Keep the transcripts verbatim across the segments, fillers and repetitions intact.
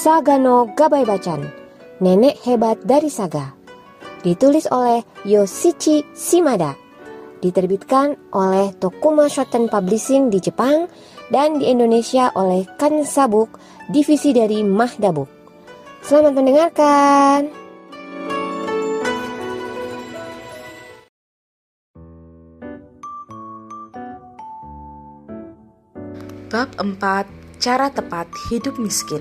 Saga no Gabaibacan, Nenek Hebat dari Saga. Ditulis oleh Yoshichi Shimada. Diterbitkan oleh Tokuma Shoten Publishing di Jepang dan di Indonesia oleh Kansabuk, divisi dari Mahdabuk. Selamat mendengarkan. Bab empat. Cara tepat hidup miskin.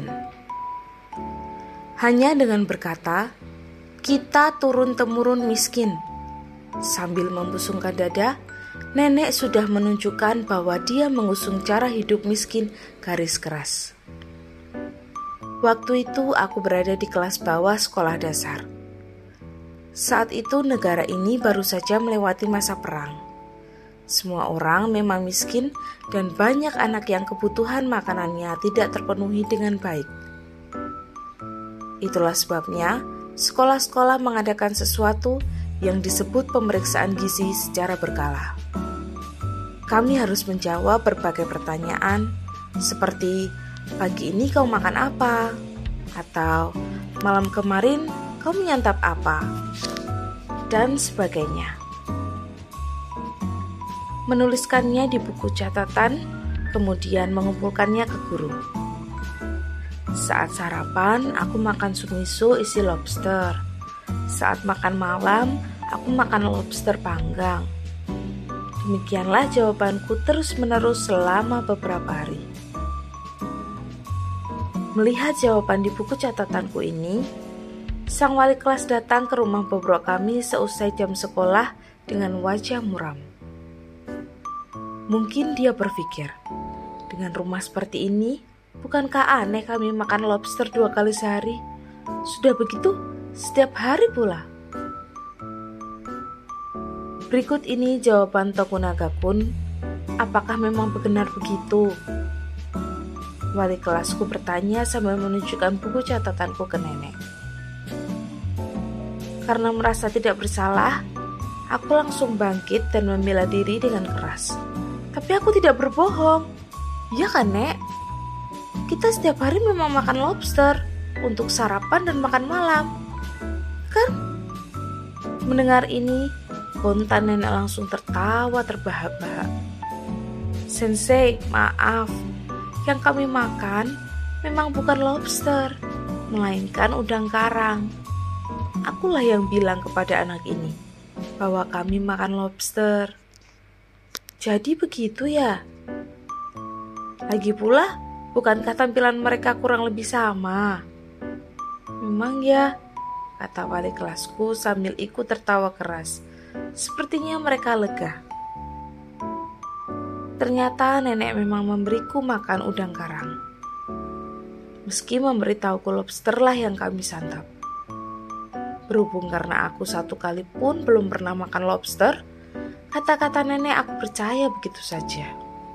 Hanya dengan berkata, kita turun-temurun miskin. Sambil membusungkan dada, nenek sudah menunjukkan bahwa dia mengusung cara hidup miskin garis keras. Waktu itu aku berada di kelas bawah sekolah dasar. Saat itu negara ini baru saja melewati masa perang. Semua orang memang miskin dan banyak anak yang kebutuhan makanannya tidak terpenuhi dengan baik. Itulah sebabnya sekolah-sekolah mengadakan sesuatu yang disebut pemeriksaan gizi secara berkala. Kami harus menjawab berbagai pertanyaan seperti pagi ini kau makan apa? Atau malam kemarin kau menyantap apa? Dan sebagainya. Menuliskannya di buku catatan, kemudian mengumpulkannya ke guru. Saat sarapan, aku makan sumiso isi lobster. Saat makan malam, aku makan lobster panggang. Demikianlah jawabanku terus-menerus selama beberapa hari. Melihat jawaban di buku catatanku ini, sang wali kelas datang ke rumah bobrok kami seusai jam sekolah dengan wajah muram. Mungkin dia berpikir, dengan rumah seperti ini, bukankah aneh kami makan lobster dua kali sehari? Sudah begitu, setiap hari pula. Berikut ini jawaban Tokunaga-kun, apakah memang benar begitu? Wali kelasku bertanya sambil menunjukkan buku catatanku ke nenek. Karena merasa tidak bersalah, aku langsung bangkit dan membela diri dengan keras. Tapi aku tidak berbohong. Iya kan, Nek? Kita setiap hari memang makan lobster untuk sarapan dan makan malam. Kan? Mendengar ini, kontan nenek langsung tertawa terbahak-bahak. Sensei, maaf. Yang kami makan memang bukan lobster, melainkan udang karang. Akulah yang bilang kepada anak ini bahwa kami makan lobster. Jadi begitu ya? Lagi pula, bukankah tampilan mereka kurang lebih sama? Memang ya, kata wali kelasku sambil ikut tertawa keras. Sepertinya mereka lega. Ternyata nenek memang memberiku makan udang karang. Meski memberitahuku lobster lah yang kami santap. Berhubung karena aku satu kali pun belum pernah makan lobster, kata-kata nenek aku percaya begitu saja.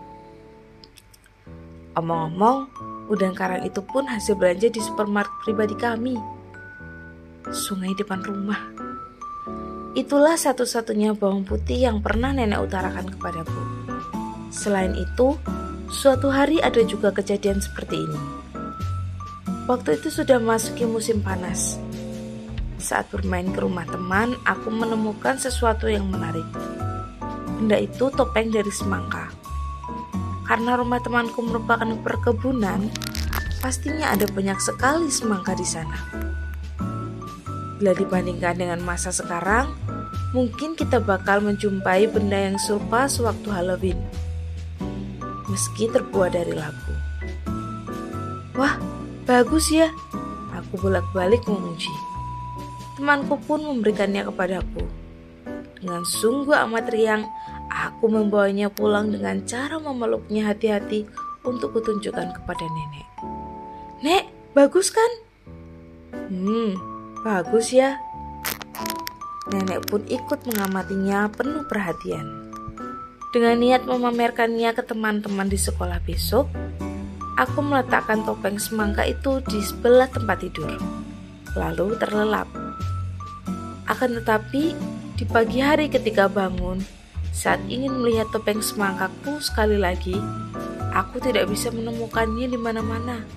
Omong-omong, udang karang itu pun hasil belanja di supermarket pribadi kami. Sungai depan rumah. Itulah satu-satunya bawang putih yang pernah nenek utarakan kepadaku. Selain itu, suatu hari ada juga kejadian seperti ini. Waktu itu sudah memasuki musim panas. Saat bermain ke rumah teman, aku menemukan sesuatu yang menarik. Benda itu topeng dari semangka. Karena rumah temanku merupakan perkebunan, pastinya ada banyak sekali semangka di sana. Bila dibandingkan dengan masa sekarang, mungkin kita bakal menjumpai benda yang serupa sewaktu Halloween. Meski terbuat dari labu. Wah, bagus ya. Aku bolak-balik memuji. Temanku pun memberikannya kepadaku. Dengan sungguh amat riang, aku membawanya pulang dengan cara memeluknya hati-hati untuk kutunjukkan kepada nenek. Nek, bagus kan? Hmm, bagus ya. Nenek pun ikut mengamatinya penuh perhatian. Dengan niat memamerkannya ke teman-teman di sekolah besok, aku meletakkan topeng semangka itu di sebelah tempat tidur, lalu terlelap. Akan tetapi, di pagi hari ketika bangun, saat ingin melihat topeng semangkaku sekali lagi, aku tidak bisa menemukannya di mana-mana.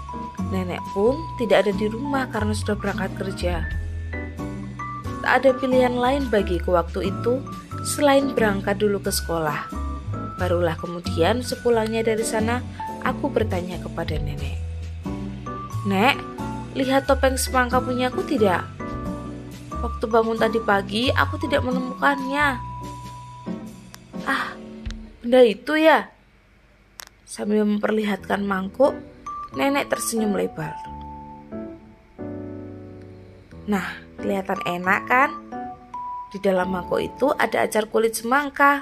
Nenek pun tidak ada di rumah karena sudah berangkat kerja. Tak ada pilihan lain bagiku waktu itu selain berangkat dulu ke sekolah. Barulah kemudian sepulangnya dari sana aku bertanya kepada nenek, "Nek, lihat topeng semangka punyaku tidak? Waktu bangun tadi pagi aku tidak menemukannya." "Ah, benda itu ya?" Sambil memperlihatkan mangkuk, nenek tersenyum lebar. "Nah, kelihatan enak kan? Di dalam mangkuk itu ada acar kulit semangka."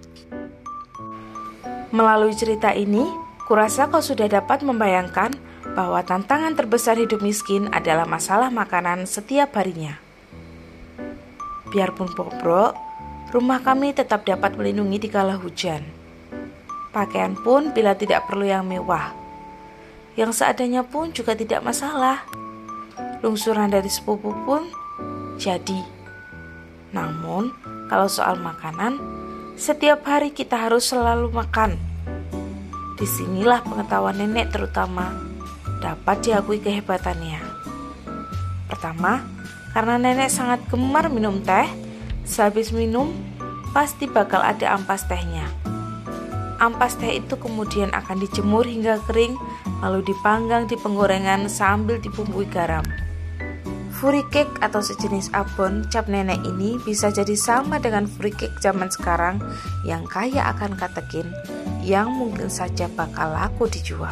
Melalui cerita ini, kurasa kau sudah dapat membayangkan bahwa tantangan terbesar hidup miskin adalah masalah makanan setiap harinya. Biarpun bobrok, rumah kami tetap dapat melindungi di kala hujan. Pakaian pun bila tidak perlu yang mewah. Yang seadanya pun juga tidak masalah. Lungsuran dari sepupu pun jadi. Namun, kalau soal makanan, setiap hari kita harus selalu makan. Disinilah pengetahuan nenek terutama dapat diakui kehebatannya. Pertama, karena nenek sangat gemar minum teh, sehabis minum pasti bakal ada ampas tehnya. Ampas teh itu kemudian akan dijemur hingga kering, lalu dipanggang di penggorengan sambil dibumbui garam. Furi cake atau sejenis abon cap nenek ini bisa jadi sama dengan furi cake zaman sekarang yang kaya akan katekin, yang mungkin saja bakal laku dijual.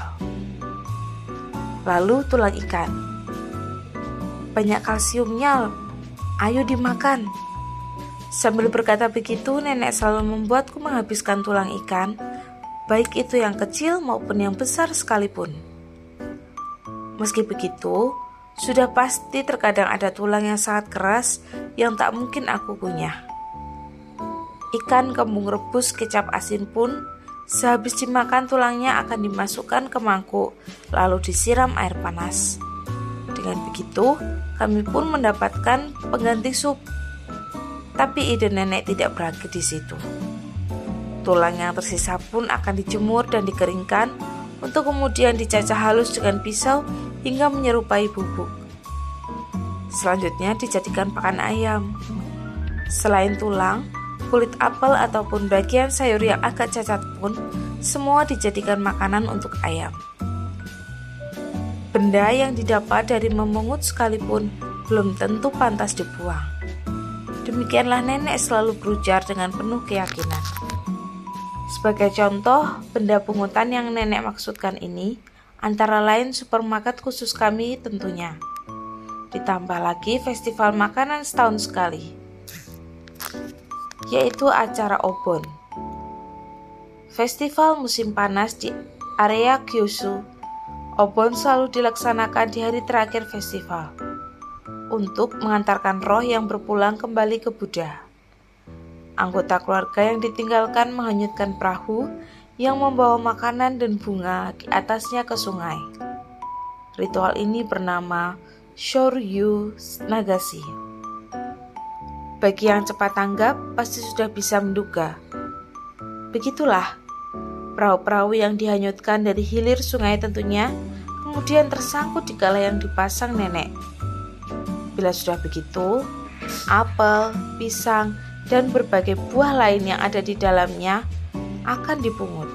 Lalu tulang ikan. Banyak kalsiumnya, ayo dimakan. Sambil berkata begitu, nenek selalu membuatku menghabiskan tulang ikan, baik itu yang kecil maupun yang besar sekalipun. Meski begitu, sudah pasti terkadang ada tulang yang sangat keras yang tak mungkin aku kunyah. Ikan kembung rebus kecap asin pun, sehabis dimakan tulangnya akan dimasukkan ke mangkuk, lalu disiram air panas. Dengan begitu, kami pun mendapatkan pengganti sup. Tapi ide nenek tidak berakhir di situ. Tulang yang tersisa pun akan dijemur dan dikeringkan untuk kemudian dicacah halus dengan pisau hingga menyerupai bubuk. Selanjutnya dijadikan pakan ayam. Selain tulang, kulit apel ataupun bagian sayur yang agak cacat pun semua dijadikan makanan untuk ayam. Benda yang didapat dari memungut sekalipun belum tentu pantas dibuang. Demikianlah nenek selalu berujar dengan penuh keyakinan. Sebagai contoh, benda pungutan yang nenek maksudkan ini antara lain supermarket khusus kami tentunya. Ditambah lagi festival makanan setahun sekali, yaitu acara Obon. Festival musim panas di area Kyushu. Obon selalu dilaksanakan di hari terakhir festival untuk mengantarkan roh yang berpulang kembali ke Buddha. Anggota keluarga yang ditinggalkan menghanyutkan perahu yang membawa makanan dan bunga di atasnya ke sungai. Ritual ini bernama Shoryu Nagashi. Bagi yang cepat tanggap pasti sudah bisa menduga. Begitulah, perahu-perahu yang dihanyutkan dari hilir sungai tentunya kemudian tersangkut di gala yang dipasang nenek. Bila sudah begitu, apel, pisang, dan berbagai buah lain yang ada di dalamnya akan dipungut.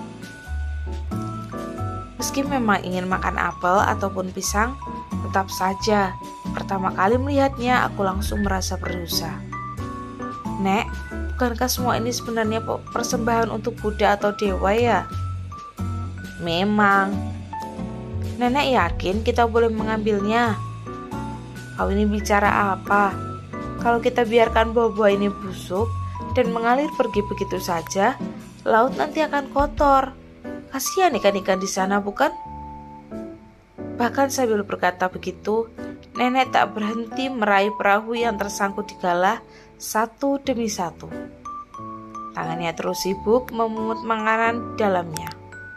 Meski memang ingin makan apel ataupun pisang, tetap saja pertama kali melihatnya aku langsung merasa berdosa. Nek, bukankah semua ini sebenarnya persembahan untuk Buddha atau dewa ya? Memang. Nenek yakin kita boleh mengambilnya? Kau ini bicara apa? Kalau kita biarkan buah-buah ini busuk dan mengalir pergi begitu saja, laut nanti akan kotor. Kasihan ikan-ikan di sana, bukan? Bahkan sambil berkata begitu, nenek tak berhenti meraih perahu yang tersangkut di galah satu demi satu. Tangannya terus sibuk memungut makanan di dalamnya.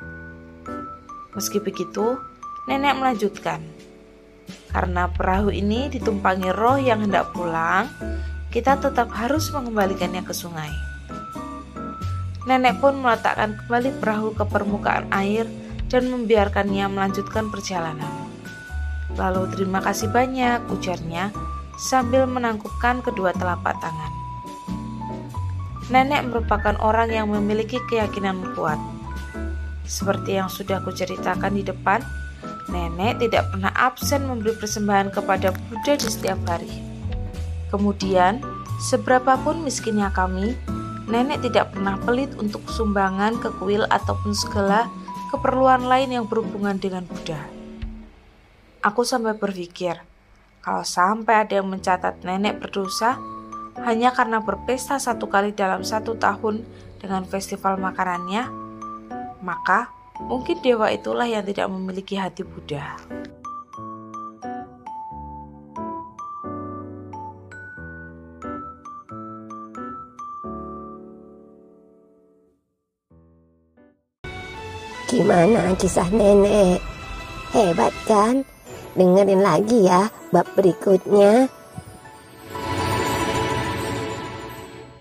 Meski begitu, nenek melanjutkan. Karena perahu ini ditumpangi roh yang hendak pulang, kita tetap harus mengembalikannya ke sungai. Nenek pun meletakkan kembali perahu ke permukaan air, dan membiarkannya melanjutkan perjalanan. Lalu terima kasih banyak, ujarnya sambil menangkupkan kedua telapak tangan. Nenek merupakan orang yang memiliki keyakinan kuat. Seperti yang sudah kuceritakan di depan, nenek tidak pernah absen memberi persembahan kepada Buddha di setiap hari. Kemudian, seberapapun miskinnya kami, nenek tidak pernah pelit untuk sumbangan ke kuil ataupun segala keperluan lain yang berhubungan dengan Buddha. Aku sampai berpikir, kalau sampai ada yang mencatat nenek berdosa hanya karena berpesta satu kali dalam satu tahun dengan festival makanannya, maka mungkin dewa itulah yang tidak memiliki hati Buddha. Gimana kisah nenek? Hebat kan? Dengerin lagi ya bab berikutnya.